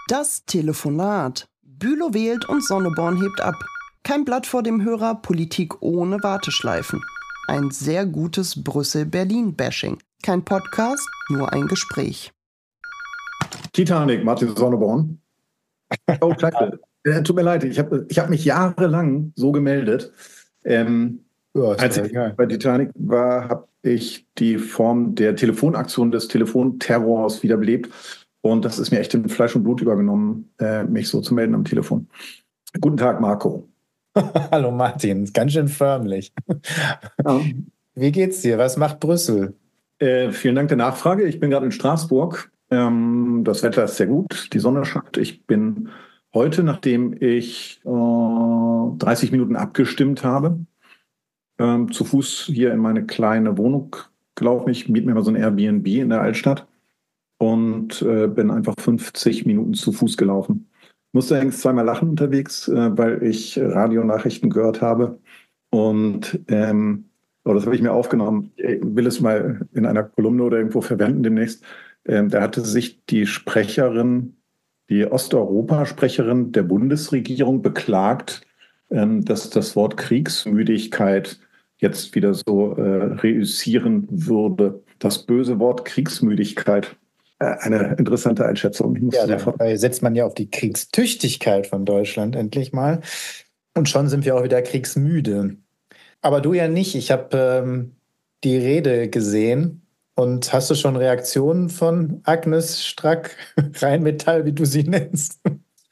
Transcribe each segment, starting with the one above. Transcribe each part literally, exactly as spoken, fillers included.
Das Telefonat. Bülow wählt und Sonneborn hebt ab. Kein Blatt vor dem Hörer, Politik ohne Warteschleifen. Ein sehr gutes Brüssel-Berlin-Bashing. Kein Podcast, nur ein Gespräch. Titanic, Martin Sonneborn. Oh, scheiße. Äh, tut mir leid, ich habe ich hab mich jahrelang so gemeldet. Ähm, Ja, als ich egal. bei Titanic war, habe ich die Form der Telefonaktion des Telefonterrors wiederbelebt. Und das ist mir echt in Fleisch und Blut übergenommen, äh, mich so zu melden am Telefon. Guten Tag, Marco. Hallo Martin, ganz schön förmlich. Ja. Wie geht's dir? Was macht Brüssel? Äh, vielen Dank der Nachfrage. Ich bin gerade in Straßburg. Ähm, das Wetter ist sehr gut, die Sonne scheint. Ich bin heute, nachdem ich äh, dreißig Minuten abgestimmt habe, ähm, zu Fuß hier in meine kleine Wohnung gelaufen. Ich miete mir mal so ein Airbnb in der Altstadt und äh, bin einfach fünfzig Minuten zu Fuß gelaufen. Musste allerdings zweimal lachen unterwegs, äh, weil ich Radionachrichten gehört habe. Und ähm, oh, das habe ich mir aufgenommen. Ich will es mal in einer Kolumne oder irgendwo verwenden demnächst. Ähm, da hatte sich die Sprecherin, die Osteuropa-Sprecherin der Bundesregierung beklagt, ähm, dass das Wort Kriegsmüdigkeit jetzt wieder so äh, reüssieren würde. Das böse Wort Kriegsmüdigkeit. Äh, eine interessante Einschätzung. Ich Ja, musste sofort. dabei setzt man ja auf die Kriegstüchtigkeit von Deutschland endlich mal. Und schon sind wir auch wieder kriegsmüde. Aber du ja nicht. Ich habe ähm, die Rede gesehen. Und hast du schon Reaktionen von Agnes Strack, Rheinmetall, wie du sie nennst?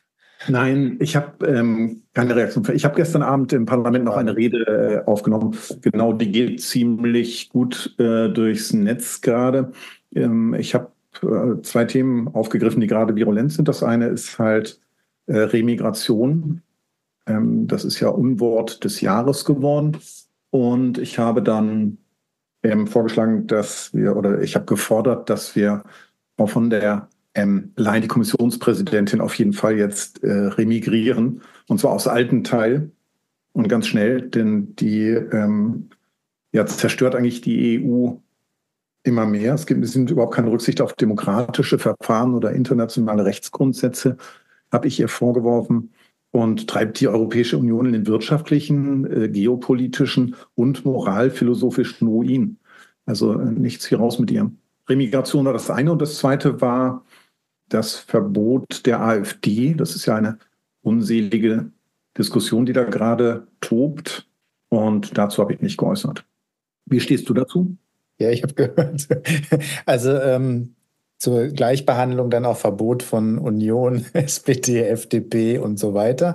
Nein, ich habe ähm, keine Reaktion. Ich habe gestern Abend im Parlament noch eine Rede äh, aufgenommen. Genau, die geht ziemlich gut äh, durchs Netz gerade. Ähm, ich habe äh, zwei Themen aufgegriffen, die gerade virulent sind. Das eine ist halt äh, Remigration. Ähm, das ist ja Unwort des Jahres geworden. Und ich habe dann ähm, vorgeschlagen, dass wir, oder ich habe gefordert, dass wir auch von der ähm, Leyen, die Kommissionspräsidentin, auf jeden Fall jetzt äh, remigrieren. Und zwar aus alten Teil und ganz schnell, denn die ähm, ja, zerstört eigentlich die E U immer mehr. Es gibt es sind überhaupt keine Rücksicht auf demokratische Verfahren oder internationale Rechtsgrundsätze, habe ich ihr vorgeworfen, und treibt die Europäische Union in den wirtschaftlichen, äh, geopolitischen und moralphilosophischen Ruin. Also äh, nichts hier raus mit ihr. Remigration war das eine, und das zweite war das Verbot der AfD. Das ist ja eine unselige Diskussion, die da gerade tobt, und dazu habe ich mich geäußert. Wie stehst du dazu? Ja, ich habe gehört. Also ähm, zur Gleichbehandlung dann auch Verbot von Union, S P D, F D P und so weiter.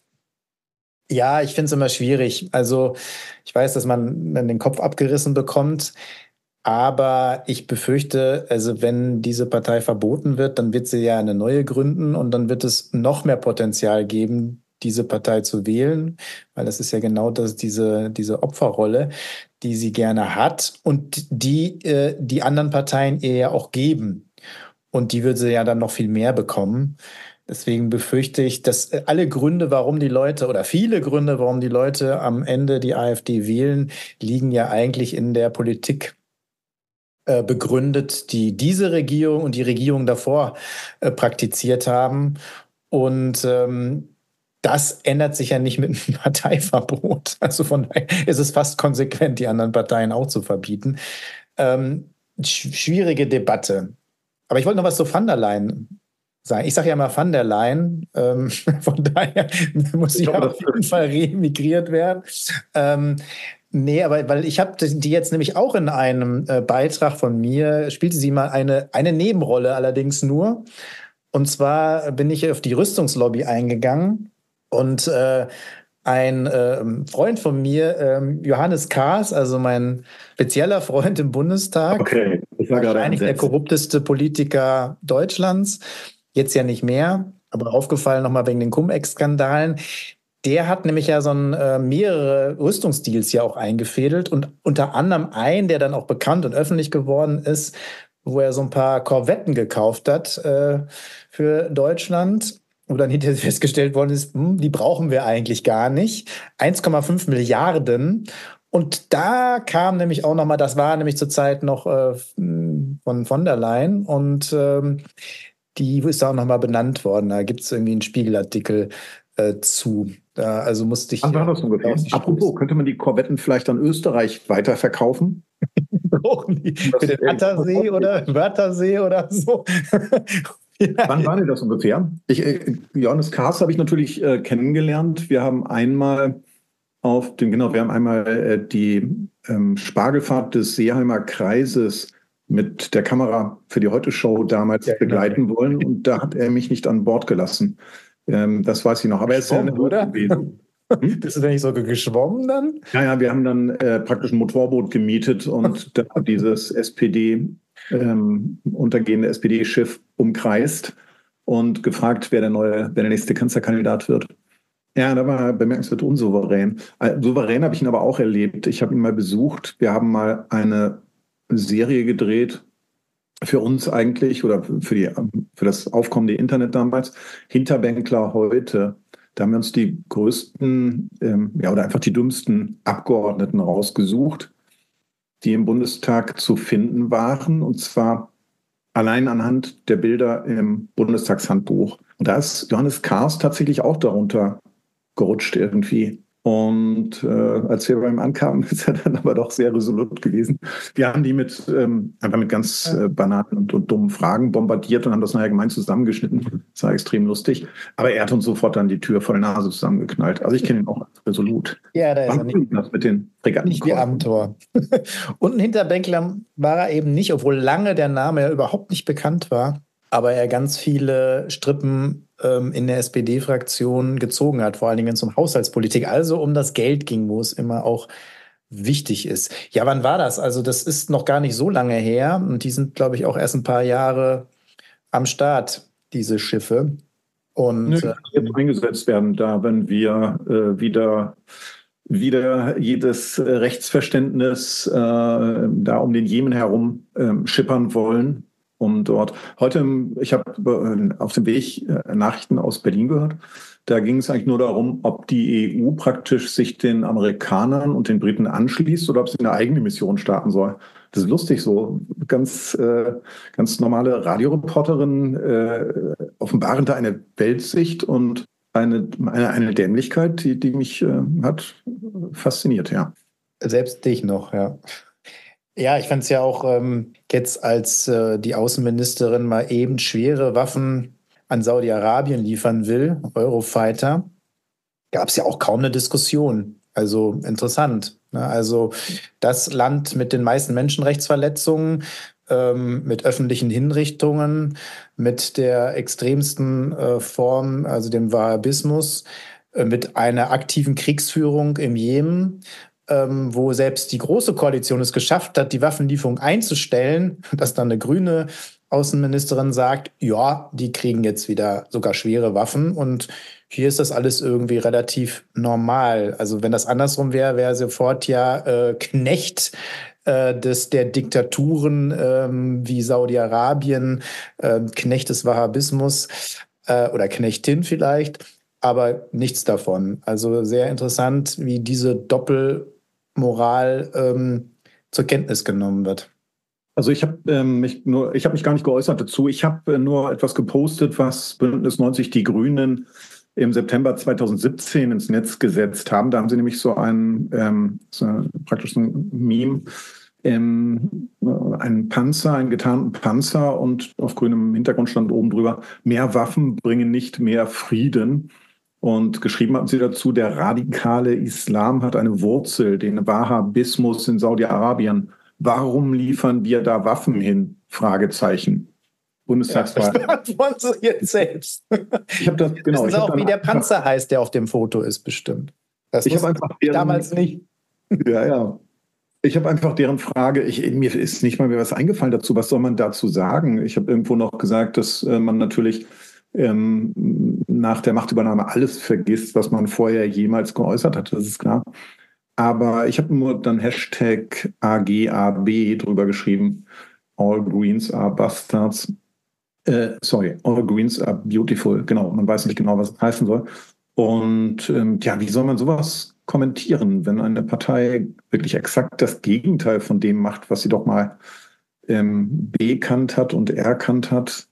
Ja, ich finde es immer schwierig. Also ich weiß, dass man dann den Kopf abgerissen bekommt, aber ich befürchte, also wenn diese Partei verboten wird, dann wird sie ja eine neue gründen und dann wird es noch mehr Potenzial geben, diese Partei zu wählen, weil das ist ja genau das, diese, diese Opferrolle, die sie gerne hat und die äh, die anderen Parteien ihr ja auch geben. Und die würde sie ja dann noch viel mehr bekommen. Deswegen befürchte ich, dass alle Gründe, warum die Leute, oder viele Gründe, warum die Leute am Ende die AfD wählen, liegen ja eigentlich in der Politik äh, begründet, die diese Regierung und die Regierung davor äh, praktiziert haben. Und ähm, das ändert sich ja nicht mit einem Parteiverbot. Also von daher ist es fast konsequent, die anderen Parteien auch zu verbieten. Ähm, sch- schwierige Debatte. Aber ich wollte noch was zu van der Leyen sagen. Ich sage ja immer van der Leyen. Ähm, von daher muss sie Ich hoffe, ja das auf jeden Fall remigriert werden. Ähm, nee, aber weil ich habe die jetzt nämlich auch in einem äh, Beitrag von mir, spielte sie mal eine, eine Nebenrolle, allerdings nur. Und zwar bin ich auf die Rüstungslobby eingegangen und äh, ein äh, Freund von mir, ähm, Johannes Kahrs, also mein spezieller Freund im Bundestag, Okay, ich war gerade wahrscheinlich der entsetzt. korrupteste Politiker Deutschlands, jetzt ja nicht mehr, aber aufgefallen nochmal wegen den Cum-Ex-Skandalen. Der hat nämlich ja so ein, äh, mehrere Rüstungsdeals ja auch eingefädelt und unter anderem einen, der dann auch bekannt und öffentlich geworden ist, wo er so ein paar Korvetten gekauft hat äh, für Deutschland, wo dann hinterher festgestellt worden ist, hm, die brauchen wir eigentlich gar nicht. eins Komma fünf Milliarden. Und da kam nämlich auch nochmal, das war nämlich zur Zeit noch äh, von von der Leyen. Und ähm, die ist auch nochmal benannt worden. Da gibt es irgendwie einen Spiegelartikel äh, zu. Da, also musste ich. Wann war das ungefähr? Apropos, könnte man die Korvetten vielleicht an Österreich weiterverkaufen? Für den Attersee oder Wörthersee oder so. Ja. Wann war denn das ungefähr? Ich, äh, Johannes Kahrs habe ich natürlich äh, kennengelernt. Wir haben einmal auf dem, genau, wir haben einmal äh, die ähm, Spargelfahrt des Seeheimer Kreises mit der Kamera für die Heute-Show damals ja, begleiten genau. wollen. Und da hat er mich nicht an Bord gelassen. Ähm, das weiß ich noch. Aber er ist ja eine oder? Gewesen. Hm? Bist du denn nicht so geschwommen dann? Ja, ja, wir haben dann äh, praktisch ein Motorboot gemietet und da dieses S P D, ähm, untergehende S P D-Schiff umkreist und gefragt, wer der neue, wer der nächste Kanzlerkandidat wird. Ja, da war er bemerkenswert unsouverän. Äh, souverän habe ich ihn aber auch erlebt. Ich habe ihn mal besucht. Wir haben mal eine Serie gedreht, für uns eigentlich oder für, die, für das aufkommende Internet damals, Hinterbänkler heute. Da haben wir uns die größten, ähm, ja, oder einfach die dümmsten Abgeordneten rausgesucht, die im Bundestag zu finden waren, und zwar allein anhand der Bilder im Bundestagshandbuch. Und da ist Johannes Kahrs tatsächlich auch darunter gerutscht irgendwie. Und äh, als wir bei ihm ankamen, ist er dann aber doch sehr resolut gewesen. Wir haben die mit ähm, einfach mit ganz äh, banalen und, und dummen Fragen bombardiert und haben das nachher gemein zusammengeschnitten. Das war extrem lustig. Aber er hat uns sofort dann die Tür vor der Nase zusammengeknallt. Also ich kenne ihn auch als resolut. Ja, da ist er nicht, das mit den Fregatten nicht wie Amthor. Und ein Hinterbänkler war er eben nicht, obwohl lange der Name ja überhaupt nicht bekannt war. Aber er ganz viele Strippen ähm, in der S P D-Fraktion gezogen hat, vor allen Dingen zum Haushaltspolitik, also um das Geld ging, wo es immer auch wichtig ist. Ja, wann war das? Also das ist noch gar nicht so lange her und die sind, glaube ich, auch erst ein paar Jahre am Start, diese Schiffe. Und Nö, jetzt eingesetzt werden, da wenn wir äh, wieder wieder jedes äh, Rechtsverständnis äh, da um den Jemen herum äh, schippern wollen. Um dort. Heute, ich habe auf dem Weg Nachrichten aus Berlin gehört. Da ging es eigentlich nur darum, ob die E U praktisch sich den Amerikanern und den Briten anschließt oder ob sie eine eigene Mission starten soll. Das ist lustig so. Ganz, äh, ganz normale Radioreporterin äh, offenbaren da eine Weltsicht und eine, eine, eine Dämlichkeit, die, die mich äh, hat fasziniert, ja. Selbst dich noch, ja. Ja, ich fand es ja auch ähm, jetzt, als äh, die Außenministerin mal eben schwere Waffen an Saudi-Arabien liefern will, Eurofighter, gab es ja auch kaum eine Diskussion. Also interessant. Ne? Also das Land mit den meisten Menschenrechtsverletzungen, ähm, mit öffentlichen Hinrichtungen, mit der extremsten äh, Form, also dem Wahhabismus, äh, mit einer aktiven Kriegsführung im Jemen, Ähm, wo selbst die Große Koalition es geschafft hat, die Waffenlieferung einzustellen, dass dann eine grüne Außenministerin sagt, ja, die kriegen jetzt wieder sogar schwere Waffen und hier ist das alles irgendwie relativ normal. Also wenn das andersrum wäre, wäre sofort ja äh, Knecht äh, des, der Diktaturen ähm, wie Saudi-Arabien, äh, Knecht des Wahhabismus äh, oder Knechtin vielleicht, aber nichts davon. Also sehr interessant, wie diese Doppel Moral ähm, zur Kenntnis genommen wird. Also ich habe ähm, mich nur, ich habe mich gar nicht geäußert dazu. Ich habe äh, nur etwas gepostet, was Bündnis neunzig Die Grünen im September zweitausendsiebzehn ins Netz gesetzt haben. Da haben sie nämlich so ein ähm, so praktisch ein Meme, ähm, einen Panzer, einen getarnten Panzer und auf grünem Hintergrund stand oben drüber: Mehr Waffen bringen nicht mehr Frieden. Und geschrieben haben sie dazu, der radikale Islam hat eine Wurzel, den Wahhabismus in Saudi-Arabien. Warum liefern wir da Waffen hin? Fragezeichen. Bundestagswahl. Ja, das beantworten Sie jetzt selbst. Ich habe das, genau. Wissen Sie auch, wie der Panzer heißt, der auf dem Foto ist, bestimmt. Das ich habe einfach deren, damals nicht. Ja, ja. Ich habe einfach deren Frage, ich, mir ist nicht mal mehr was eingefallen dazu. Was soll man dazu sagen? Ich habe irgendwo noch gesagt, dass äh, man natürlich Ähm, nach der Machtübernahme alles vergisst, was man vorher jemals geäußert hat, das ist klar. Aber ich habe nur dann Hashtag A G A B drüber geschrieben. All Greens are Bastards. Äh, sorry, All Greens are Beautiful. Genau, man weiß nicht genau, was das heißen soll. Und ähm, ja, wie soll man sowas kommentieren, wenn eine Partei wirklich exakt das Gegenteil von dem macht, was sie doch mal ähm, bekannt hat und erkannt hat?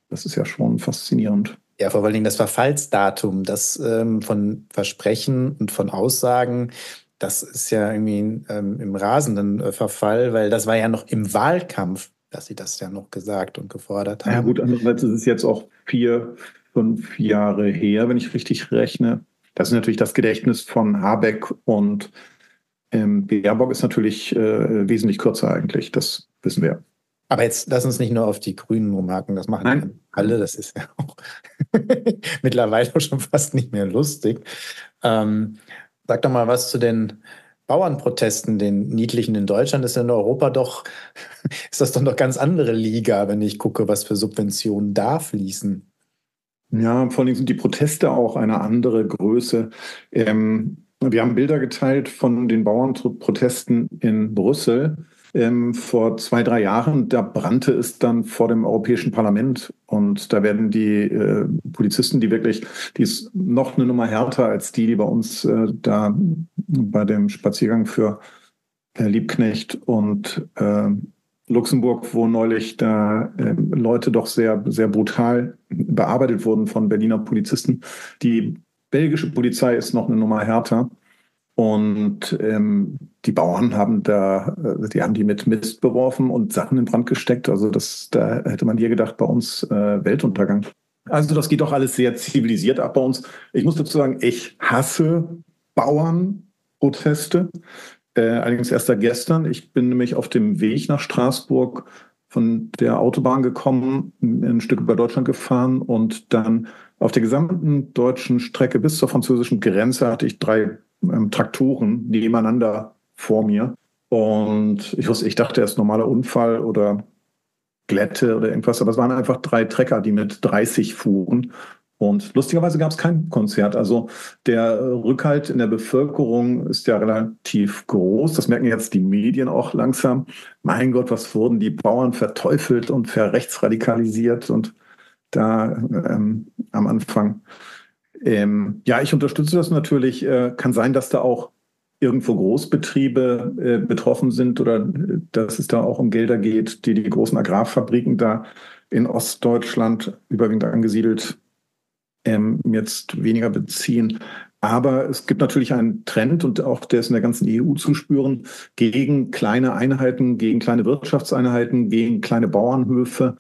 Das ist ja schon faszinierend. Ja, vor allen Dingen das Verfallsdatum, das ähm, von Versprechen und von Aussagen, das ist ja irgendwie ähm, im rasenden äh, Verfall, weil das war ja noch im Wahlkampf, dass sie das ja noch gesagt und gefordert haben. Ja gut, andererseits ist es jetzt auch vier, fünf Jahre her, wenn ich richtig rechne. Das ist natürlich das Gedächtnis von Habeck und ähm, Baerbock ist natürlich äh, wesentlich kürzer eigentlich, das wissen wir. Aber jetzt lass uns nicht nur auf die Grünen rumhaken, das machen ja alle, das ist ja auch mittlerweile schon fast nicht mehr lustig. Ähm, sag doch mal was zu den Bauernprotesten, den niedlichen in Deutschland. Ist in Europa doch, ist das doch noch ganz andere Liga, wenn ich gucke, was für Subventionen da fließen. Ja, vor allem sind die Proteste auch eine andere Größe. Ähm, wir haben Bilder geteilt von den Bauernprotesten in Brüssel. Ähm, vor zwei, drei Jahren, da brannte es dann vor dem Europäischen Parlament und da werden die äh, Polizisten, die wirklich, die ist noch eine Nummer härter als die, die bei uns äh, da bei dem Spaziergang für äh, Liebknecht und äh, Luxemburg, wo neulich da äh, Leute doch sehr, sehr brutal bearbeitet wurden von Berliner Polizisten. Die belgische Polizei ist noch eine Nummer härter. Und ähm, die Bauern haben da, äh, die haben die mit Mist beworfen und Sachen in Brand gesteckt. Also das, da hätte man hier gedacht, bei uns äh, Weltuntergang. Also das geht doch alles sehr zivilisiert ab bei uns. Ich muss dazu sagen, ich hasse Bauernproteste. Äh, allerdings erst seit gestern. Ich bin nämlich auf dem Weg nach Straßburg von der Autobahn gekommen, ein Stück über Deutschland gefahren und dann auf der gesamten deutschen Strecke bis zur französischen Grenze hatte ich drei ähm, Traktoren nebeneinander vor mir. Und ich wusste, ich dachte erst normaler Unfall oder Glätte oder irgendwas, aber es waren einfach drei Trecker, die mit dreißig fuhren. Und lustigerweise gab es kein Konzert. Also der Rückhalt in der Bevölkerung ist ja relativ groß. Das merken jetzt die Medien auch langsam. Mein Gott, was wurden die Bauern verteufelt und verrechtsradikalisiert und da ähm, am Anfang. Ähm, ja, ich unterstütze das natürlich. Äh, kann sein, dass da auch irgendwo Großbetriebe äh, betroffen sind oder äh, dass es da auch um Gelder geht, die die großen Agrarfabriken da in Ostdeutschland überwiegend angesiedelt ähm, jetzt weniger beziehen. Aber es gibt natürlich einen Trend und auch der ist in der ganzen E U zu spüren, gegen kleine Einheiten, gegen kleine Wirtschaftseinheiten, gegen kleine Bauernhöfe.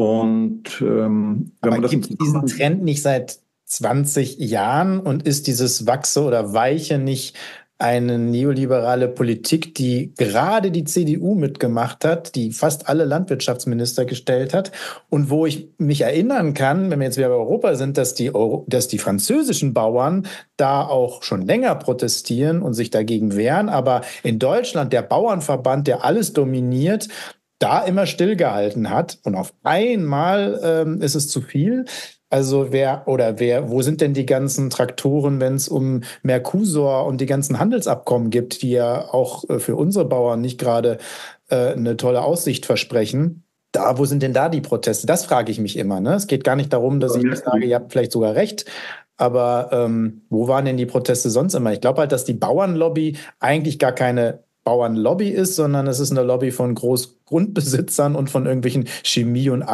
Und ähm, wenn Aber man das gibt es diesen Trend nicht seit zwanzig Jahren und ist dieses Wachse oder Weiche nicht eine neoliberale Politik, die gerade die C D U mitgemacht hat, die fast alle Landwirtschaftsminister gestellt hat und wo ich mich erinnern kann, wenn wir jetzt wieder bei Europa sind, dass die, Euro, dass die französischen Bauern da auch schon länger protestieren und sich dagegen wehren, aber in Deutschland der Bauernverband, der alles dominiert, da immer stillgehalten hat und auf einmal ähm, ist es zu viel. Also wer oder wer, wo sind denn die ganzen Traktoren, wenn es um Mercosur und die ganzen Handelsabkommen gibt, die ja auch äh, für unsere Bauern nicht gerade äh, eine tolle Aussicht versprechen? Da, wo sind denn da die Proteste? Das frage ich mich immer. Ne? Es geht gar nicht darum, dass ich nicht sage, ihr habt vielleicht sogar recht. Aber ähm, wo waren denn die Proteste sonst immer? Ich glaube halt, dass die Bauernlobby eigentlich gar keine Bauernlobby ist, sondern es ist eine Lobby von Großgrundbesitzern und von irgendwelchen Chemie- und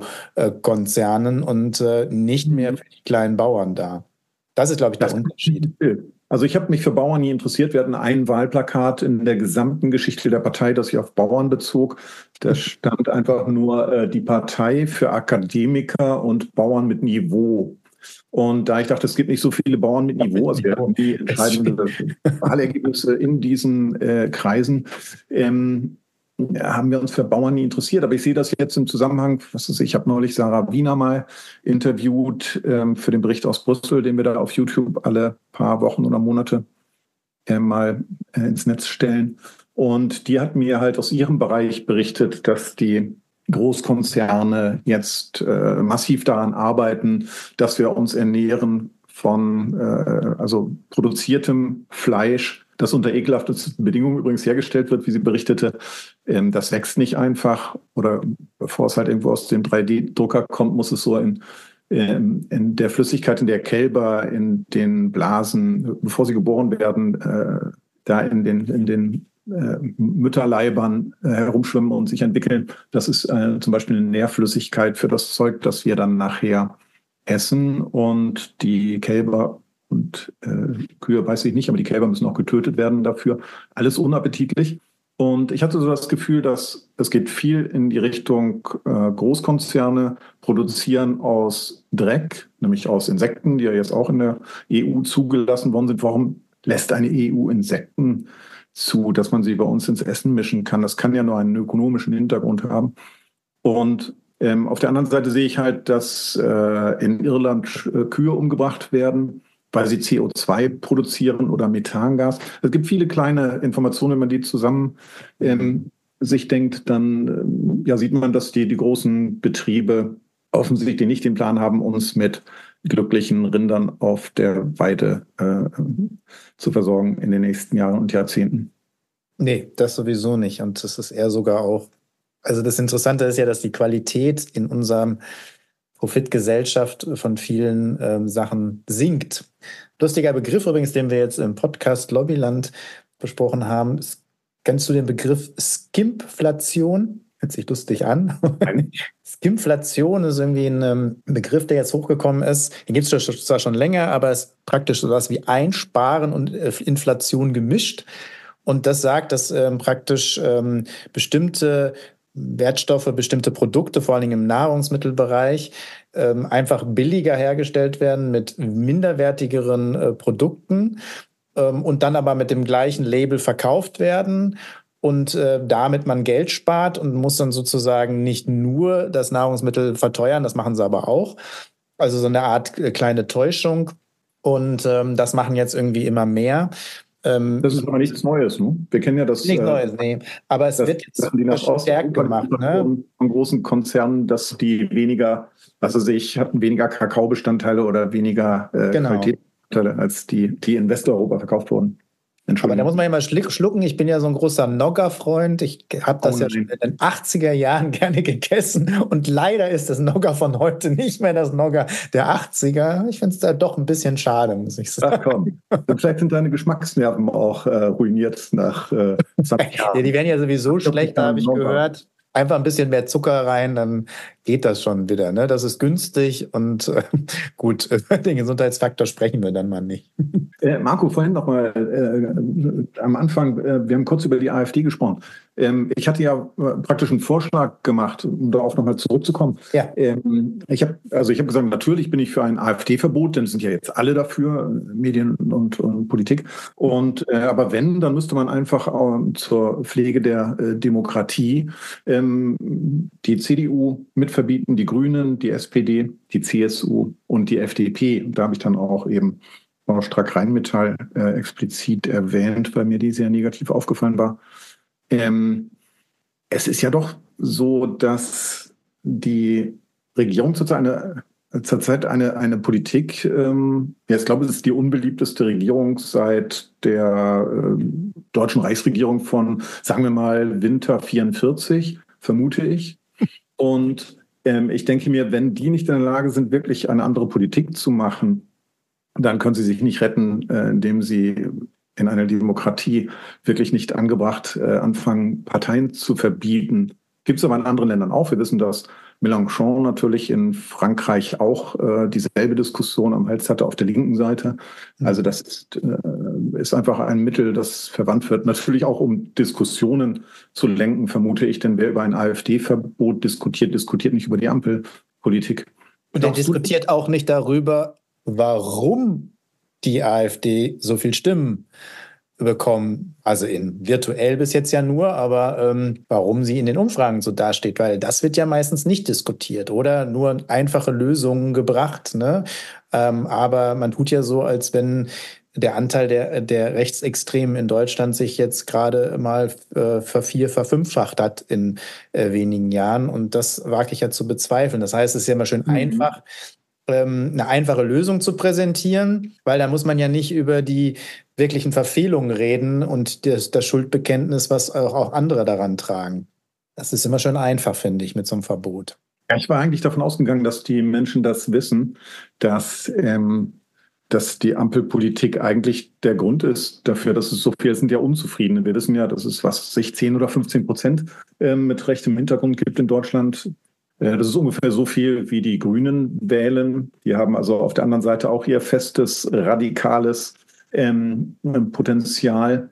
Agrokonzernen und äh, nicht mehr für die kleinen Bauern da. Das ist, glaube ich, der das Unterschied. Also ich habe mich für Bauern nie interessiert. Wir hatten ein Wahlplakat in der gesamten Geschichte der Partei, das sich auf Bauern bezog. Da stand einfach nur äh, die Partei für Akademiker und Bauern mit Niveau. Und da ich dachte, es gibt nicht so viele Bauern mit Niveau, also wir hatten die entscheidenden Wahlergebnisse in diesen äh, Kreisen, ähm, haben wir uns für Bauern nie interessiert. Aber ich sehe das jetzt im Zusammenhang, was ist, ich habe neulich Sarah Wiener mal interviewt ähm, für den Bericht aus Brüssel, den wir da auf YouTube alle paar Wochen oder Monate äh, mal äh, ins Netz stellen. Und die hat mir halt aus ihrem Bereich berichtet, dass die Großkonzerne jetzt äh, massiv daran arbeiten, dass wir uns ernähren von äh, also produziertem Fleisch, das unter ekelhaftesten Bedingungen übrigens hergestellt wird, wie sie berichtete. Ähm, das wächst nicht einfach oder bevor es halt irgendwo aus dem drei D Drucker kommt, muss es so in, ähm, in der Flüssigkeit, in der Kälber, in den Blasen, bevor sie geboren werden, äh, da in den, in den äh, Mütterleibern äh, herumschwimmen und sich entwickeln. Das ist äh, zum Beispiel eine Nährflüssigkeit für das Zeug, das wir dann nachher essen. Und die Kälber und äh, Kühe weiß ich nicht, aber die Kälber müssen auch getötet werden dafür. Alles unappetitlich. Und ich hatte so das Gefühl, dass es geht viel in die Richtung äh, Großkonzerne produzieren aus Dreck, nämlich aus Insekten, die ja jetzt auch in der E U zugelassen worden sind. Warum lässt eine E U Insekten zu, dass man sie bei uns ins Essen mischen kann? Das kann ja nur einen ökonomischen Hintergrund haben. Und ähm, auf der anderen Seite sehe ich halt, dass äh, in Irland äh, Kühe umgebracht werden, weil sie C O zwei produzieren oder Methangas. Es gibt viele kleine Informationen, wenn man die zusammen ähm, sich denkt, dann ähm, ja, sieht man, dass die, die großen Betriebe offensichtlich nicht den Plan haben, uns mit glücklichen Rindern auf der Weide äh, zu versorgen in den nächsten Jahren und Jahrzehnten. Nee, das sowieso nicht. Und das ist eher sogar auch, also das Interessante ist ja, dass die Qualität in unserem Profitgesellschaft von vielen ähm, Sachen sinkt. Lustiger Begriff übrigens, den wir jetzt im Podcast Lobbyland besprochen haben. Kennst du den Begriff Skimpflation? Hört sich lustig an. Skimpflation ist irgendwie ein ähm, Begriff, der jetzt hochgekommen ist. Den gibt es zwar schon länger, aber es ist praktisch so etwas wie Einsparen und äh, Inflation gemischt. Und das sagt, dass ähm, praktisch ähm, bestimmte Wertstoffe, bestimmte Produkte, vor allen Dingen im Nahrungsmittelbereich, ähm, einfach billiger hergestellt werden mit minderwertigeren äh, Produkten ähm, und dann aber mit dem gleichen Label verkauft werden und äh, damit man Geld spart und muss dann sozusagen nicht nur das Nahrungsmittel verteuern, das machen sie aber auch. Also so eine Art äh, kleine Täuschung und ähm, das machen jetzt irgendwie immer mehr. Das ist aber nichts Neues, ne? Wir kennen ja das. Nichts Neues, nee. Aber es das, wird jetzt die nach verstärkt gemacht, ne? Von großen Konzernen, dass die weniger, was weiß ich, hatten weniger Kakaobestandteile oder weniger äh, genau. Qualitätsbestandteile, als die, die in Westeuropa verkauft wurden. Aber da muss man ja mal schlucken. Ich bin ja so ein großer Nogger-Freund. Ich habe das oh, ja schon in den achtziger Jahren gerne gegessen. Und leider ist das Nogger von heute nicht mehr das Nogger der achtziger. Ich finde es da doch ein bisschen schade, muss ich sagen. Ach komm, vielleicht sind deine Geschmacksnerven auch äh, ruiniert nach äh, zwanzig Jahren. Ja, die werden ja sowieso schlechter, habe ich Nogger. gehört. Einfach ein bisschen mehr Zucker rein, dann geht das schon wieder. Ne? Das ist günstig und äh, gut, den Gesundheitsfaktor sprechen wir dann mal nicht. Äh, Marco, vorhin noch mal äh, am Anfang, äh, wir haben kurz über die AfD gesprochen. Ähm, ich hatte ja praktisch einen Vorschlag gemacht, um darauf nochmal zurückzukommen. Ja. Ähm, ich habe also ich habe gesagt, natürlich bin ich für ein AfD-Verbot, denn es sind ja jetzt alle dafür, Medien und, und Politik. Und äh, aber wenn, dann müsste man einfach äh, zur Pflege der äh, Demokratie ähm, die C D U mit verbieten, die Grünen, die S P D, die C S U und die F D P. Da habe ich dann auch eben Strack-Rheinmetall äh, explizit erwähnt, weil mir die sehr negativ aufgefallen war. Ähm, es ist ja doch so, dass die Regierung zurzeit eine, zurzeit eine, eine Politik, ähm, ja, ich glaube, es ist die unbeliebteste Regierung seit der äh, deutschen Reichsregierung von, sagen wir mal, Winter vierundvierzig, vermute ich. Und ähm, ich denke mir, wenn die nicht in der Lage sind, wirklich eine andere Politik zu machen, dann können sie sich nicht retten, äh, indem sie in einer Demokratie wirklich nicht angebracht äh, anfangen, Parteien zu verbieten. Gibt es aber in anderen Ländern auch. Wir wissen, dass Mélenchon natürlich in Frankreich auch äh, dieselbe Diskussion am Hals hatte auf der linken Seite. Also das ist, äh, ist einfach ein Mittel, das verwandt wird. Natürlich auch, um Diskussionen zu lenken, vermute ich. Denn wer über ein AfD-Verbot diskutiert, diskutiert nicht über die Ampelpolitik. Und er diskutiert auch nicht darüber, warum die AfD so viel Stimmen bekommen, also in virtuell bis jetzt ja nur, aber ähm, warum sie in den Umfragen so dasteht, weil das wird ja meistens nicht diskutiert oder nur einfache Lösungen gebracht, ne? Ähm, aber man tut ja so, als wenn der Anteil der, der Rechtsextremen in Deutschland sich jetzt gerade mal äh, vervier-, verfünffacht hat in äh, wenigen Jahren und das wage ich ja zu bezweifeln. Das heißt, es ist ja immer schön mhm. einfach, eine einfache Lösung zu präsentieren, weil da muss man ja nicht über die wirklichen Verfehlungen reden und das, das Schuldbekenntnis, was auch, auch andere daran tragen. Das ist immer schön einfach, finde ich, mit so einem Verbot. Ja, ich war eigentlich davon ausgegangen, dass die Menschen das wissen, dass ähm, dass die Ampelpolitik eigentlich der Grund ist dafür, dass es so viel, es sind ja Unzufriedene. Wir wissen ja, dass es was sich zehn oder fünfzehn Prozent äh, mit rechtem Hintergrund gibt in Deutschland. Äh, das ist ungefähr so viel, wie die Grünen wählen. Die haben also auf der anderen Seite auch ihr festes, radikales ähm, Potenzial.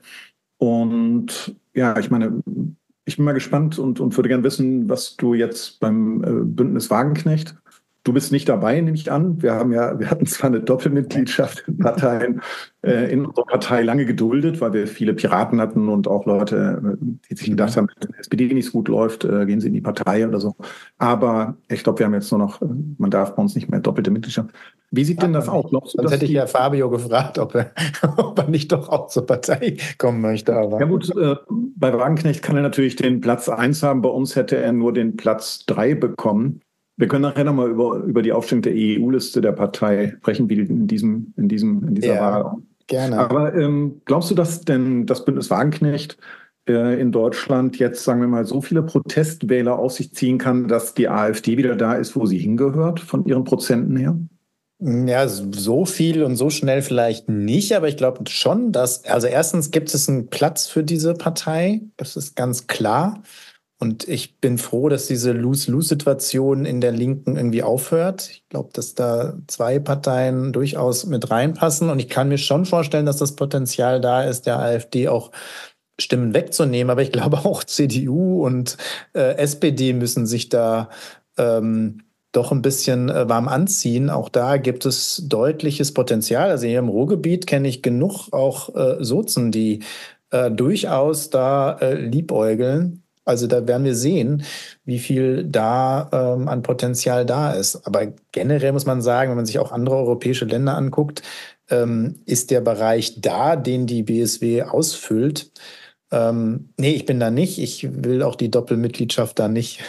Und ja, ich meine, ich bin mal gespannt und, und würde gerne wissen, was du jetzt beim äh, Bündnis Wagenknecht. Du bist nicht dabei, nehme ich an. Wir haben ja, wir hatten zwar eine Doppelmitgliedschaft in Parteien, äh, in unserer Partei lange geduldet, weil wir viele Piraten hatten und auch Leute, die sich gedacht haben, wenn die S P D nicht so gut läuft, äh, gehen sie in die Partei oder so. Aber ich glaube, wir haben jetzt nur noch, man darf bei uns nicht mehr doppelte Mitgliedschaft. Wie sieht denn das aus? Glaubst du, Sonst hätte ich ja Fabio gefragt, ob er, ob er nicht doch auch zur Partei kommen möchte. Aber. Ja gut, äh, bei Wagenknecht kann er natürlich den Platz eins haben. Bei uns hätte er nur den Platz drei bekommen. Wir können nachher nochmal über, über die Aufstellung der E U-Liste der Partei sprechen, wie in, diesem, in, diesem, in dieser ja, Wahl. Gerne. Aber ähm, glaubst du, dass denn das Bündnis Wagenknecht äh, in Deutschland jetzt, sagen wir mal, so viele Protestwähler auf sich ziehen kann, dass die AfD wieder da ist, wo sie hingehört, von ihren Prozenten her? Ja, so viel und so schnell vielleicht nicht, aber ich glaube schon, dass, also erstens gibt es einen Platz für diese Partei, das ist ganz klar. Und ich bin froh, dass diese Lose-Lose-Situation in der Linken irgendwie aufhört. Ich glaube, dass da zwei Parteien durchaus mit reinpassen. Und ich kann mir schon vorstellen, dass das Potenzial da ist, der AfD auch Stimmen wegzunehmen. Aber ich glaube auch C D U und äh, S P D müssen sich da ähm, doch ein bisschen äh, warm anziehen. Auch da gibt es deutliches Potenzial. Also hier im Ruhrgebiet kenne ich genug auch äh, Sozen, die äh, durchaus da äh, liebäugeln. Also da werden wir sehen, wie viel da ähm, an Potenzial da ist. Aber generell muss man sagen, wenn man sich auch andere europäische Länder anguckt, ähm, ist der Bereich da, den die B S W ausfüllt. Ähm, nee, ich bin da nicht. Ich will auch die Doppelmitgliedschaft da nicht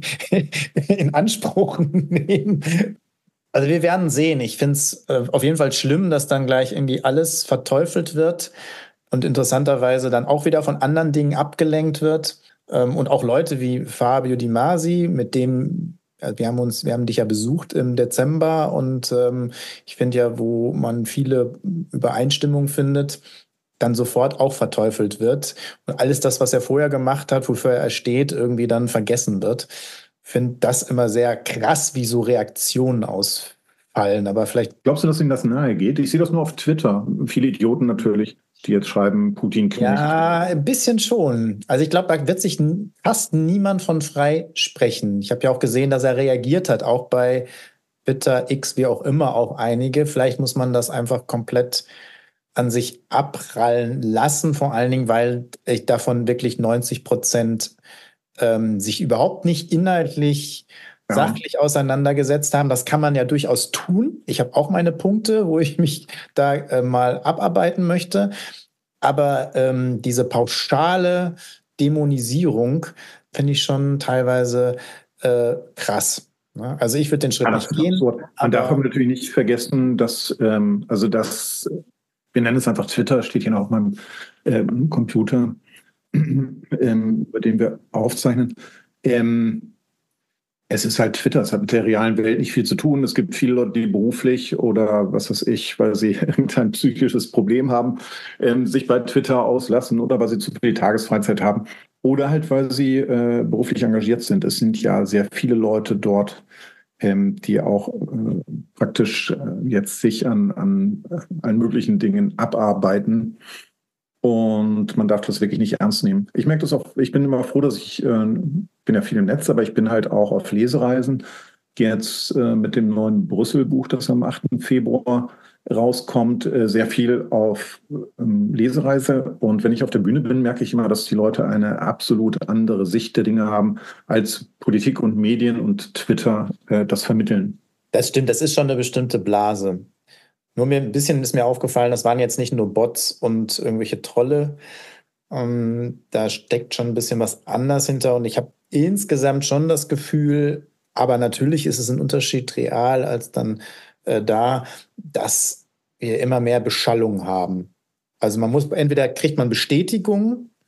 in Anspruch nehmen. Also wir werden sehen. Ich finde es äh, auf jeden Fall schlimm, dass dann gleich irgendwie alles verteufelt wird und interessanterweise dann auch wieder von anderen Dingen abgelenkt wird. Und auch Leute wie Fabio Di Masi, mit dem, also wir haben uns, wir haben dich ja besucht im Dezember und ähm, ich finde ja, wo man viele Übereinstimmungen findet, dann sofort auch verteufelt wird und alles das, was er vorher gemacht hat, wofür er steht, irgendwie dann vergessen wird. Ich finde das immer sehr krass, wie so Reaktionen ausfallen. Aber vielleicht. Glaubst du, dass Ihnen das nahe geht? Ich sehe das nur auf Twitter. Viele Idioten natürlich, die jetzt schreiben, Putin Knecht. Ja, ein bisschen schon. Also ich glaube, da wird sich fast niemand von frei sprechen. Ich habe ja auch gesehen, dass er reagiert hat, auch bei Twitter, X, wie auch immer, auf einige. Vielleicht muss man das einfach komplett an sich abprallen lassen, vor allen Dingen, weil ich davon wirklich neunzig Prozent ähm, sich überhaupt nicht inhaltlich ja. sachlich auseinandergesetzt haben. Das kann man ja durchaus tun. Ich habe auch meine Punkte, wo ich mich da äh, mal abarbeiten möchte. Aber ähm, diese pauschale Dämonisierung finde ich schon teilweise äh, krass. Ja, also ich würde den Schritt ja, nicht gehen. So. Man darf aber natürlich nicht vergessen, dass, ähm, also das, wir nennen es einfach Twitter, steht hier noch auf meinem ähm, Computer, ähm, über den wir aufzeichnen. Ähm, es ist halt Twitter, es hat mit der realen Welt nicht viel zu tun. Es gibt viele Leute, die beruflich oder was weiß ich, weil sie irgendein psychisches Problem haben, ähm, sich bei Twitter auslassen oder weil sie zu viel Tagesfreizeit haben oder halt, weil sie äh, beruflich engagiert sind. Es sind ja sehr viele Leute dort, ähm, die auch äh, praktisch äh, jetzt sich an, an allen möglichen Dingen abarbeiten. Und man darf das wirklich nicht ernst nehmen. Ich merke das auch, ich bin immer froh, dass ich, äh, bin ja viel im Netz, aber ich bin halt auch auf Lesereisen. Gehe jetzt äh, mit dem neuen Brüssel-Buch, das am achten Februar rauskommt, äh, sehr viel auf ähm, Lesereise. Und wenn ich auf der Bühne bin, merke ich immer, dass die Leute eine absolut andere Sicht der Dinge haben, als Politik und Medien und Twitter äh, das vermitteln. Das stimmt, das ist schon eine bestimmte Blase. Nur mir ein bisschen ist mir aufgefallen, das waren jetzt nicht nur Bots und irgendwelche Trolle. Ähm, da steckt schon ein bisschen was anders hinter. Und ich habe insgesamt schon das Gefühl, aber natürlich ist es ein Unterschied real als dann äh, da, dass wir immer mehr Beschallung haben. Also man muss, entweder kriegt man Bestätigung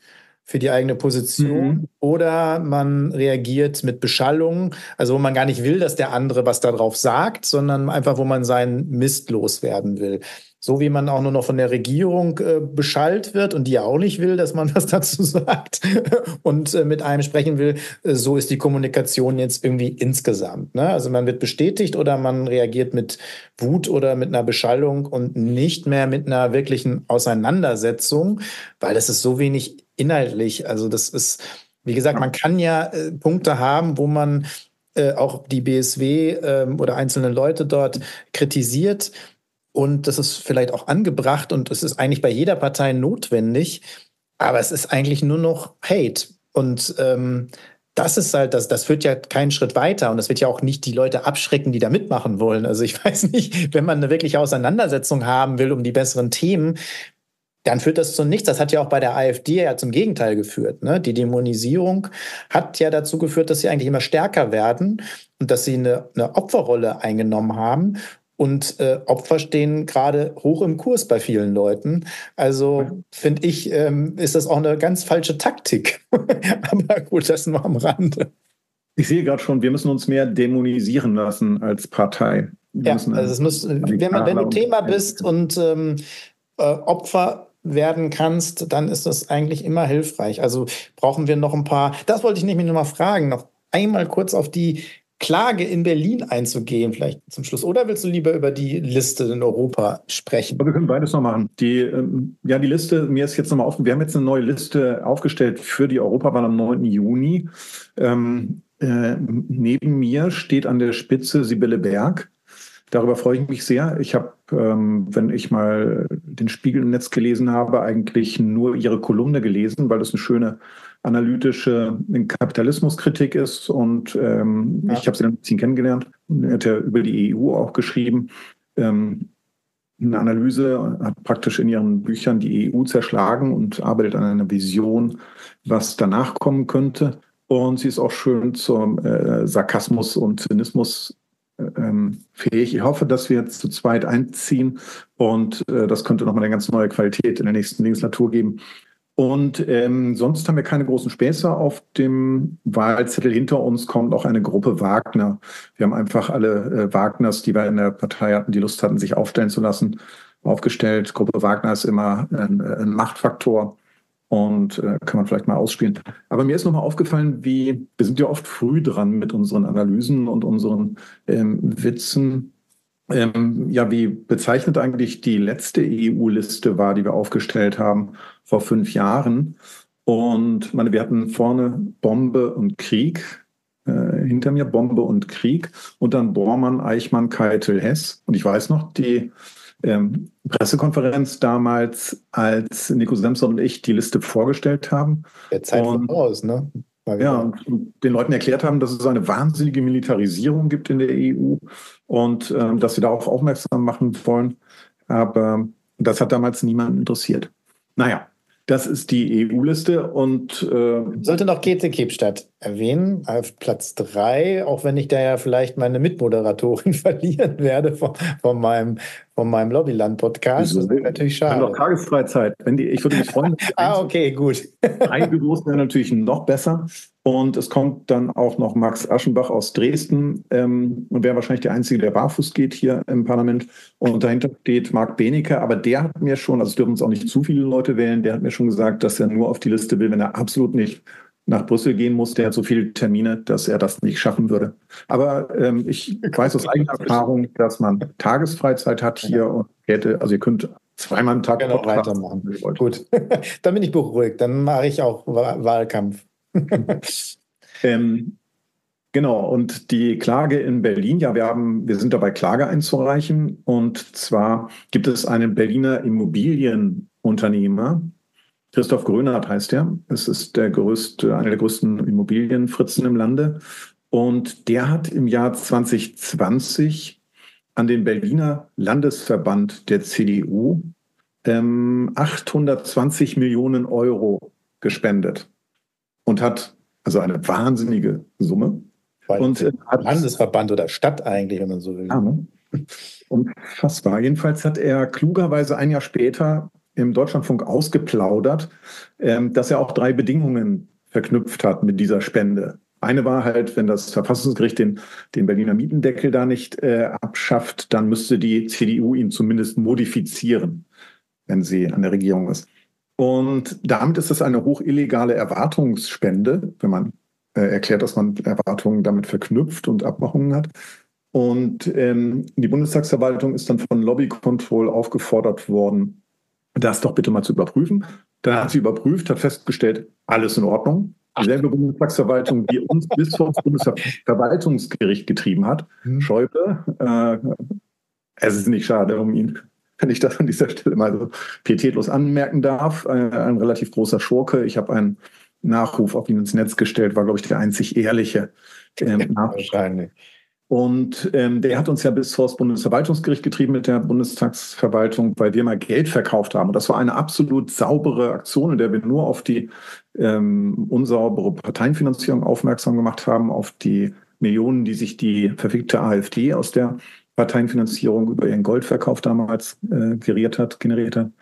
für die eigene Position, mhm. oder man reagiert mit Beschallung, also wo man gar nicht will, dass der andere was darauf sagt, sondern einfach, wo man seinen Mist loswerden will. So wie man auch nur noch von der Regierung äh, beschallt wird und die ja auch nicht will, dass man was dazu sagt und äh, mit einem sprechen will, äh, so ist die Kommunikation jetzt irgendwie insgesamt. Ne? Also man wird bestätigt oder man reagiert mit Wut oder mit einer Beschallung und nicht mehr mit einer wirklichen Auseinandersetzung, weil das ist so wenig inhaltlich. Also das ist, wie gesagt, man kann ja äh, Punkte haben, wo man äh, auch die B S W äh, oder einzelne Leute dort kritisiert. Und das ist vielleicht auch angebracht und es ist eigentlich bei jeder Partei notwendig, aber es ist eigentlich nur noch Hate. Und ähm, das ist halt, das, das führt ja keinen Schritt weiter und das wird ja auch nicht die Leute abschrecken, die da mitmachen wollen. Also ich weiß nicht, wenn man eine wirkliche Auseinandersetzung haben will um die besseren Themen, dann führt das zu nichts. Das hat ja auch bei der AfD ja zum Gegenteil geführt. Ne? Die Dämonisierung hat ja dazu geführt, dass sie eigentlich immer stärker werden und dass sie eine, eine Opferrolle eingenommen haben. Und äh, Opfer stehen gerade hoch im Kurs bei vielen Leuten. Also finde ich, ähm, ist das auch eine ganz falsche Taktik. Aber gut, das nur am Rande. Ich sehe gerade schon, wir müssen uns mehr dämonisieren lassen als Partei. Wir ja, also es muss, wenn, man, wenn du Thema bist und ähm, äh, Opfer werden kannst, dann ist das eigentlich immer hilfreich. Also brauchen wir noch ein paar, das wollte ich nämlich noch mal fragen, noch einmal kurz auf die Klage in Berlin einzugehen, vielleicht zum Schluss. Oder willst du lieber über die Liste in Europa sprechen? Wir können beides noch machen. Die, ähm, ja, die Liste, mir ist jetzt nochmal offen, wir haben jetzt eine neue Liste aufgestellt für die Europawahl am neunten Juni. Ähm, äh, neben mir steht an der Spitze Sibylle Berg. Darüber freue ich mich sehr. Ich habe, ähm, wenn ich mal den Spiegel im Netz gelesen habe, eigentlich nur ihre Kolumne gelesen, weil das eine schöne analytische Kapitalismuskritik ist. Und ähm, ja. ich habe sie dann ein bisschen kennengelernt. Er hat ja über die E U auch geschrieben. Ähm, eine Analyse, hat praktisch in ihren Büchern die E U zerschlagen und arbeitet an einer Vision, was danach kommen könnte. Und sie ist auch schön zum äh, Sarkasmus und Zynismus Ähm, fähig. Ich hoffe, dass wir jetzt zu zweit einziehen und äh, das könnte nochmal eine ganz neue Qualität in der nächsten Legislatur geben. Und ähm, sonst haben wir keine großen Späße. Auf dem Wahlzettel hinter uns kommt auch eine Gruppe Wagner. Wir haben einfach alle äh, Wagners, die wir in der Partei hatten, die Lust hatten, sich aufstellen zu lassen, aufgestellt. Gruppe Wagner ist immer ein, ein Machtfaktor. Und äh, kann man vielleicht mal ausspielen. Aber mir ist nochmal aufgefallen, wie, wir sind ja oft früh dran mit unseren Analysen und unseren ähm, Witzen. Ähm, ja, wie bezeichnet eigentlich die letzte E U-Liste war, die wir aufgestellt haben vor fünf Jahren. Und meine, wir hatten vorne Bombe und Krieg, äh, hinter mir Bombe und Krieg und dann Bormann, Eichmann, Keitel, Hess. Und ich weiß noch, die Ähm, Pressekonferenz damals, als Nico Semsrott und ich die Liste vorgestellt haben. Der Zeit voraus, ne? Ja, und den Leuten erklärt haben, dass es eine wahnsinnige Militarisierung gibt in der E U und ähm, dass sie darauf aufmerksam machen wollen. Aber das hat damals niemanden interessiert. Naja, das ist die E U-Liste und äh, sollte noch Käthe Kebstadt erwähnen, auf Platz drei, auch wenn ich da ja vielleicht meine Mitmoderatorin verlieren werde von, von meinem, von meinem Lobbyland-Podcast. Das ist natürlich schade. Wir haben noch Tagesfreizeit. Wenn die, ich würde mich freuen. ah, okay, gut. Eingelost wäre natürlich noch besser. Und es kommt dann auch noch Max Aschenbach aus Dresden ähm, und wäre wahrscheinlich der Einzige, der barfuß geht hier im Parlament. Und dahinter steht Marc Benecke, aber der hat mir schon, also es dürfen uns auch nicht zu viele Leute wählen, der hat mir schon gesagt, dass er nur auf die Liste will, wenn er absolut nicht nach Brüssel gehen muss. Der hat so viele Termine, dass er das nicht schaffen würde. Aber ähm, ich weiß aus eigener Erfahrung, dass man Tagesfreizeit hat hier ja. und hätte, also ihr könnt zweimal am Tag genau, weitermachen. Gut, dann bin ich beruhigt. Dann mache ich auch Wahlkampf. ähm, genau, und die Klage in Berlin, ja, wir haben, wir sind dabei, Klage einzureichen. Und zwar gibt es einen Berliner Immobilienunternehmer, Christoph Grönert heißt er. Es ist der größte, einer der größten Immobilienfritzen im Lande. Und der hat im Jahr zwanzig zwanzig an den Berliner Landesverband der C D U ähm, achthundertzwanzig Millionen Euro gespendet. Und hat also eine wahnsinnige Summe. Und äh, hat Landesverband oder Stadt eigentlich, wenn man so will. Ja, ne? Unfassbar. Jedenfalls hat er klugerweise ein Jahr später im Deutschlandfunk ausgeplaudert, ähm, dass er auch drei Bedingungen verknüpft hat mit dieser Spende. Eine war halt, wenn das Verfassungsgericht den, den Berliner Mietendeckel da nicht äh, abschafft, dann müsste die C D U ihn zumindest modifizieren, wenn sie an der Regierung ist. Und damit ist das eine hochillegale Erwartungsspende, wenn man äh, erklärt, dass man Erwartungen damit verknüpft und Abmachungen hat. Und ähm, die Bundestagsverwaltung ist dann von Lobby Control aufgefordert worden, das doch bitte mal zu überprüfen. Dann hat sie überprüft, hat festgestellt, alles in Ordnung. Dieselbe Bundestagsverwaltung, die uns bis vor das Bundesverwaltungsgericht getrieben hat. Hm. Schäuble, äh, es ist nicht schade um ihn, wenn ich das an dieser Stelle mal so pietätlos anmerken darf. Ein, ein relativ großer Schurke. Ich habe einen Nachruf auf ihn ins Netz gestellt, war, glaube ich, der einzig ehrliche ähm, Nachruf. Wahrscheinlich. Und ähm, der hat uns ja bis vor das Bundesverwaltungsgericht getrieben mit der Bundestagsverwaltung, weil wir mal Geld verkauft haben. Und das war eine absolut saubere Aktion, in der wir nur auf die ähm, unsaubere Parteienfinanzierung aufmerksam gemacht haben, auf die Millionen, die sich die verfickte AfD aus der Parteienfinanzierung über ihren Goldverkauf damals äh, generiert hat, generiert hat.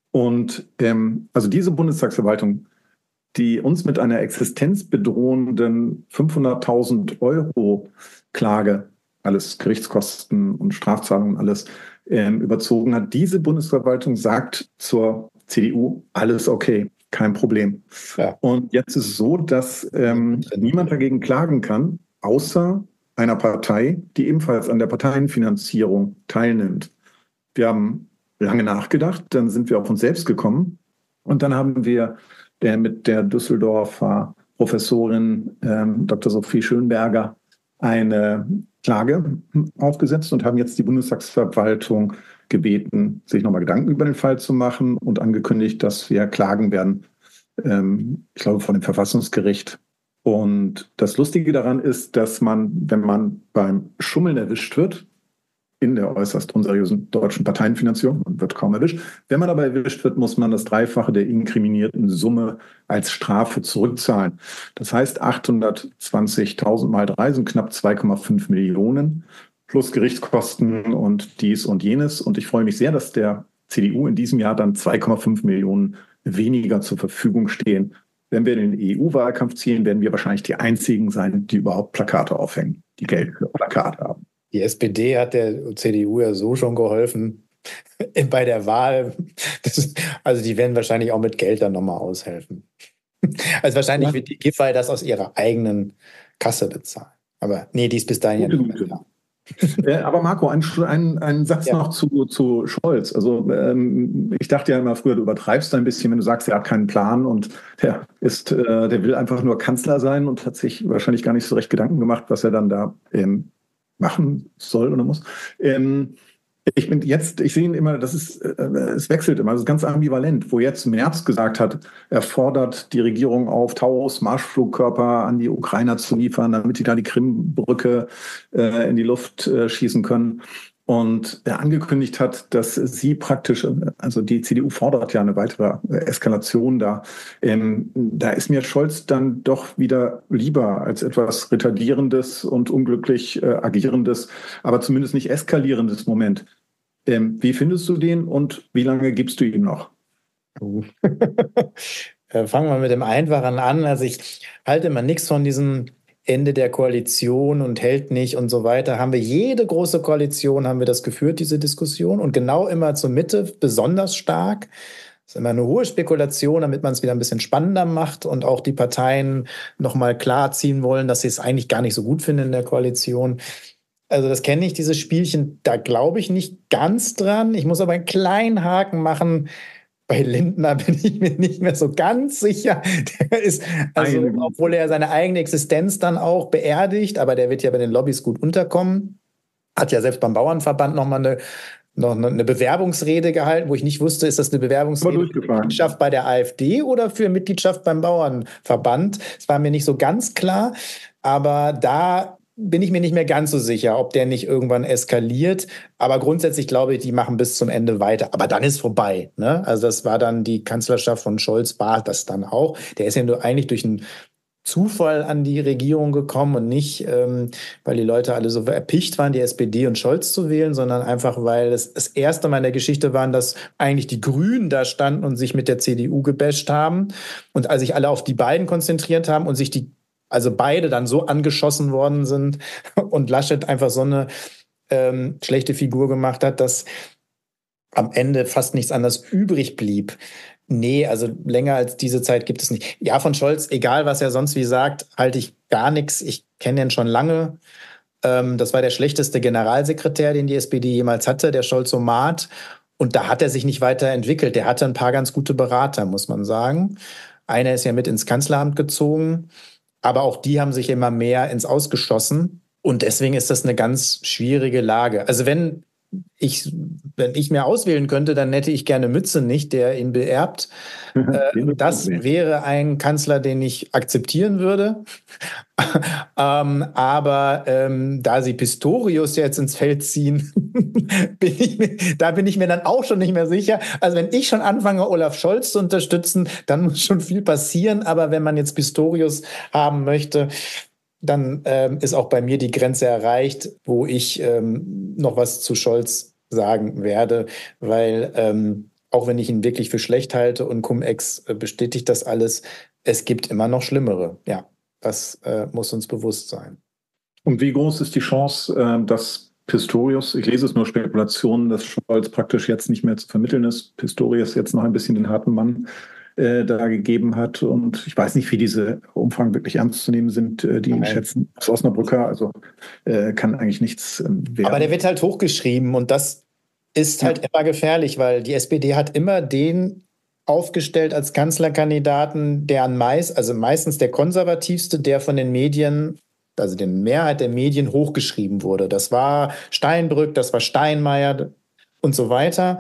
Und ähm, also diese Bundestagsverwaltung, die uns mit einer existenzbedrohenden fünfhunderttausend Euro Klage, alles Gerichtskosten und Strafzahlungen, alles ähm, überzogen hat. Diese Bundesverwaltung sagt zur C D U, alles okay, kein Problem. Ja. Und jetzt ist es so, dass ähm, niemand dagegen klagen kann, außer einer Partei, die ebenfalls an der Parteienfinanzierung teilnimmt. Wir haben lange nachgedacht, dann sind wir auf uns selbst gekommen und dann haben wir der, mit der Düsseldorfer Professorin ähm, Doktor Sophie Schönberger eine Klage aufgesetzt und haben jetzt die Bundestagsverwaltung gebeten, sich nochmal Gedanken über den Fall zu machen und angekündigt, dass wir klagen werden, ähm, ich glaube, vor dem Verfassungsgericht. Und das Lustige daran ist, dass man, wenn man beim Schummeln erwischt wird, in der äußerst unseriösen deutschen Parteienfinanzierung, man wird kaum erwischt. Wenn man aber erwischt wird, muss man das Dreifache der inkriminierten Summe als Strafe zurückzahlen. Das heißt, achthundertzwanzigtausend mal drei sind knapp zwei Komma fünf Millionen plus Gerichtskosten und dies und jenes. Und ich freue mich sehr, dass der C D U in diesem Jahr dann zwei Komma fünf Millionen weniger zur Verfügung stehen. Wenn wir in den E U-Wahlkampf ziehen, werden wir wahrscheinlich die einzigen sein, die überhaupt Plakate aufhängen, die Geld für Plakate haben. Die S P D hat der C D U ja so schon geholfen bei der Wahl. Das, also die werden wahrscheinlich auch mit Geld dann nochmal aushelfen. Also wahrscheinlich ja. wird die Giffey das aus ihrer eigenen Kasse bezahlen. Aber nee, die ist bis dahin ja nicht mehr da. Äh, aber Marco, ein, ein, ein Satz ja. noch zu, zu Scholz. Also ähm, ich dachte ja immer früher, du übertreibst ein bisschen, wenn du sagst, er hat keinen Plan und der ist, äh, der will einfach nur Kanzler sein und hat sich wahrscheinlich gar nicht so recht Gedanken gemacht, was er dann da ähm, machen soll oder muss. Ähm, ich bin jetzt, ich sehe ihn immer, das ist, äh, es wechselt immer, das ist ganz ambivalent, wo jetzt Merz gesagt hat, er fordert die Regierung auf, Taurus Marschflugkörper an die Ukrainer zu liefern, damit die da die Krimbrücke äh, in die Luft äh, schießen können. Und er angekündigt hat, dass sie praktisch, also die C D U fordert ja eine weitere Eskalation da. Ähm, da ist mir Scholz dann doch wieder lieber als etwas retardierendes und unglücklich äh, agierendes, aber zumindest nicht eskalierendes Moment. Ähm, wie findest du den und wie lange gibst du ihm noch? Fangen wir mit dem Einfachen an. Also ich halte immer nichts von diesem Ende der Koalition und hält nicht und so weiter. Haben wir jede große Koalition, haben wir das geführt, diese Diskussion. Und genau immer zur Mitte, besonders stark. Das ist immer eine hohe Spekulation, damit man es wieder ein bisschen spannender macht und auch die Parteien nochmal klarziehen wollen, dass sie es eigentlich gar nicht so gut finden in der Koalition. Also das kenne ich, dieses Spielchen, da glaube ich nicht ganz dran. Ich muss aber einen kleinen Haken machen. Bei Lindner bin ich mir nicht mehr so ganz sicher. Der ist, also, obwohl er seine eigene Existenz dann auch beerdigt, aber der wird ja bei den Lobbys gut unterkommen. Hat ja selbst beim Bauernverband nochmal eine, noch eine Bewerbungsrede gehalten, wo ich nicht wusste, ist das eine Bewerbungsrede für Mitgliedschaft bei der AfD oder für Mitgliedschaft beim Bauernverband? Das war mir nicht so ganz klar, aber da bin ich mir nicht mehr ganz so sicher, ob der nicht irgendwann eskaliert. Aber grundsätzlich glaube ich, die machen bis zum Ende weiter. Aber dann ist vorbei. Ne? Also das war dann die Kanzlerschaft von Scholz, war das dann auch. Der ist ja nur eigentlich durch einen Zufall an die Regierung gekommen und nicht, ähm, weil die Leute alle so erpicht waren, die S P D und Scholz zu wählen, sondern einfach, weil es das erste Mal in der Geschichte war, dass eigentlich die Grünen da standen und sich mit der C D U gebasht haben und als sich alle auf die beiden konzentriert haben und sich die, also beide dann so angeschossen worden sind und Laschet einfach so eine ähm, schlechte Figur gemacht hat, dass am Ende fast nichts anderes übrig blieb. Nee, also länger als diese Zeit gibt es nicht. Ja, von Scholz, egal was er sonst wie sagt, halte ich gar nichts. Ich kenne den schon lange. Ähm, das war der schlechteste Generalsekretär, den die S P D jemals hatte, der Scholzomat. Und da hat er sich nicht weiterentwickelt. Der hatte ein paar ganz gute Berater, muss man sagen. Einer ist ja mit ins Kanzleramt gezogen. Aber auch die haben sich immer mehr ins Ausgeschossen. Und deswegen ist das eine ganz schwierige Lage. Also wenn Ich, wenn ich mir auswählen könnte, dann hätte ich gerne Mützenich, der ihn beerbt. Äh, das wäre ein Kanzler, den ich akzeptieren würde. ähm, aber ähm, da sie Pistorius jetzt ins Feld ziehen, bin ich mir, da bin ich mir dann auch schon nicht mehr sicher. Also wenn ich schon anfange, Olaf Scholz zu unterstützen, dann muss schon viel passieren. Aber wenn man jetzt Pistorius haben möchte, dann ähm, ist auch bei mir die Grenze erreicht, wo ich ähm, noch was zu Scholz sagen werde, weil ähm, auch wenn ich ihn wirklich für schlecht halte und Cum-Ex äh, bestätigt das alles, es gibt immer noch Schlimmere. Ja, das äh, muss uns bewusst sein. Und wie groß ist die Chance, äh, dass Pistorius, ich lese es nur Spekulationen, dass Scholz praktisch jetzt nicht mehr zu vermitteln ist, Pistorius jetzt noch ein bisschen den harten Mann da gegeben hat. Und ich weiß nicht, wie diese Umfragen wirklich ernst zu nehmen sind, die ihn schätzen. Aus Osnabrücker, also äh, kann eigentlich nichts ähm, werden. Aber der wird halt hochgeschrieben und das ist halt ja. immer gefährlich, weil die S P D hat immer den aufgestellt als Kanzlerkandidaten, der an meist, also meistens der konservativste, der von den Medien, also der Mehrheit der Medien hochgeschrieben wurde. Das war Steinbrück, das war Steinmeier und so weiter.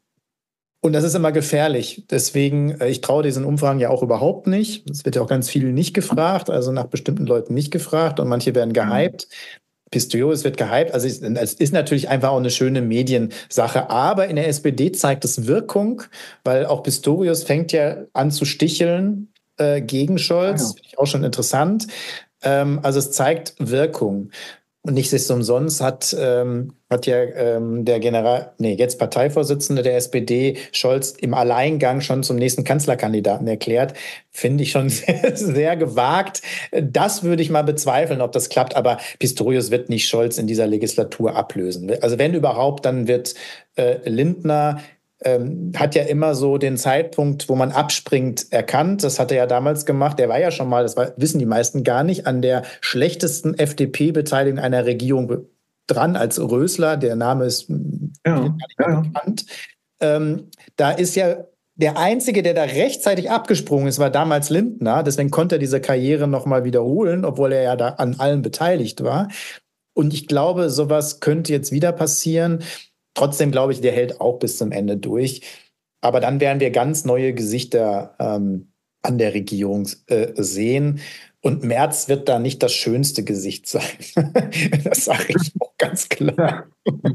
Und das ist immer gefährlich. Deswegen, ich traue diesen Umfragen ja auch überhaupt nicht. Es wird ja auch ganz viel nicht gefragt, also nach bestimmten Leuten nicht gefragt und manche werden gehypt. Pistorius wird gehypt. Also es ist natürlich einfach auch eine schöne Mediensache. Aber in der S P D zeigt es Wirkung, weil auch Pistorius fängt ja an zu sticheln äh, gegen Scholz. Ja. Finde ich auch schon interessant. Ähm, also es zeigt Wirkung. Und nicht umsonst hat, ähm, hat ja ähm, der General, nee, jetzt Parteivorsitzende der S P D, Scholz, im Alleingang schon zum nächsten Kanzlerkandidaten erklärt. Finde ich schon sehr, sehr gewagt. Das würde ich mal bezweifeln, ob das klappt. Aber Pistorius wird nicht Scholz in dieser Legislatur ablösen. Also wenn überhaupt, dann wird äh, Lindner Ähm, hat ja immer so den Zeitpunkt, wo man abspringt, erkannt. Das hat er ja damals gemacht. Der war ja schon mal, das war, wissen die meisten gar nicht, an der schlechtesten F D P-Beteiligung einer Regierung dran als Rösler. Der Name ist ja, gar nicht mehr ja. bekannt. Ähm, da ist ja der Einzige, der da rechtzeitig abgesprungen ist, war damals Lindner. Deswegen konnte er diese Karriere noch mal wiederholen, obwohl er ja da an allem beteiligt war. Und ich glaube, sowas könnte jetzt wieder passieren. Trotzdem glaube ich, der hält auch bis zum Ende durch. Aber dann werden wir ganz neue Gesichter ähm, an der Regierung äh, sehen. Und Merz wird da nicht das schönste Gesicht sein. Das sage ich auch ganz klar.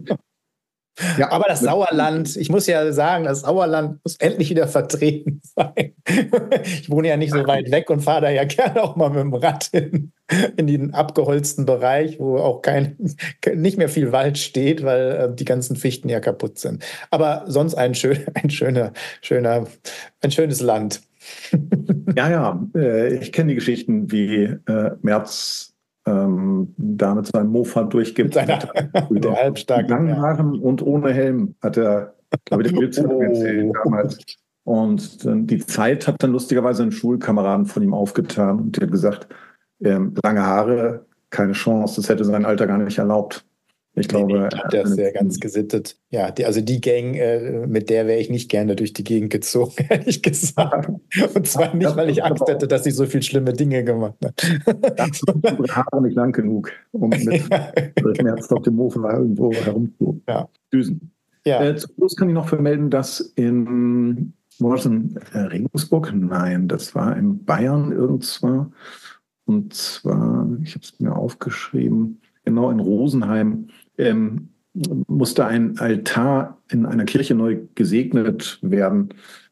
Ja, aber das Sauerland, ich muss ja sagen, das Sauerland muss endlich wieder vertreten sein. Ich wohne ja nicht so weit weg und fahre da ja gerne auch mal mit dem Rad hin, in den abgeholzten Bereich, wo auch kein, nicht mehr viel Wald steht, weil äh, die ganzen Fichten ja kaputt sind. Aber sonst ein, schön, ein, schöner, schöner, ein schönes Land. Ja, ja, äh, ich kenne die Geschichten, wie äh, Merz Ähm, da mit seinem Mofa durchgibt. Mit, seiner, mit der halbstarken langen Haaren und ohne Helm hat er, glaube ich, die Bildzeitung erzählt damals. Und dann, die Zeit hat dann lustigerweise einen Schulkameraden von ihm aufgetan und der hat gesagt, ähm, lange Haare, keine Chance, das hätte sein Alter gar nicht erlaubt. Ich glaube, nee, ich glaub, der ist ja ganz gesittet. Ja, die, also die Gang, äh, mit der wäre ich nicht gerne durch die Gegend gezogen, ehrlich gesagt. Und zwar nicht, weil ich Angst hätte, dass sie so viel schlimme Dinge gemacht hat. Das sind Haare nicht lang genug, um mit Merz auf dem Mofen irgendwo herumzudüsen. Ja. Ja. Äh, zum Schluss kann ich noch vermelden, dass in, wo war das in äh, Regensburg? Nein, das war in Bayern irgendwann. Und zwar, ich habe es mir aufgeschrieben, genau in Rosenheim, ähm, musste ein Altar in einer Kirche neu gesegnet werden,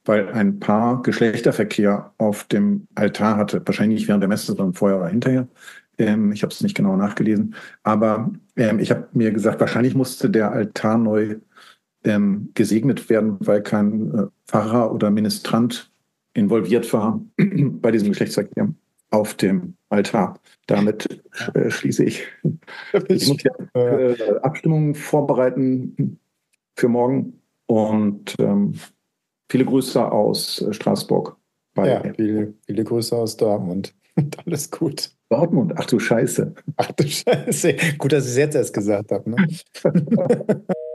weil ein Paar Geschlechterverkehr auf dem Altar hatte. Wahrscheinlich nicht während der Messe, sondern vorher oder hinterher. Ähm, ich habe es nicht genau nachgelesen. Aber ähm, ich habe mir gesagt, wahrscheinlich musste der Altar neu ähm, gesegnet werden, weil kein äh, Pfarrer oder Ministrant involviert war bei diesem Geschlechtsverkehr auf dem Altar. Damit äh, schließe ich. Ich muss ja äh, Abstimmungen vorbereiten für morgen und ähm, viele Grüße aus äh, Straßburg. Bei Ja, viele, viele Grüße aus Dortmund. Alles gut. Dortmund, ach du Scheiße. Ach du Scheiße. Gut, dass ich es jetzt erst gesagt habe. Ne?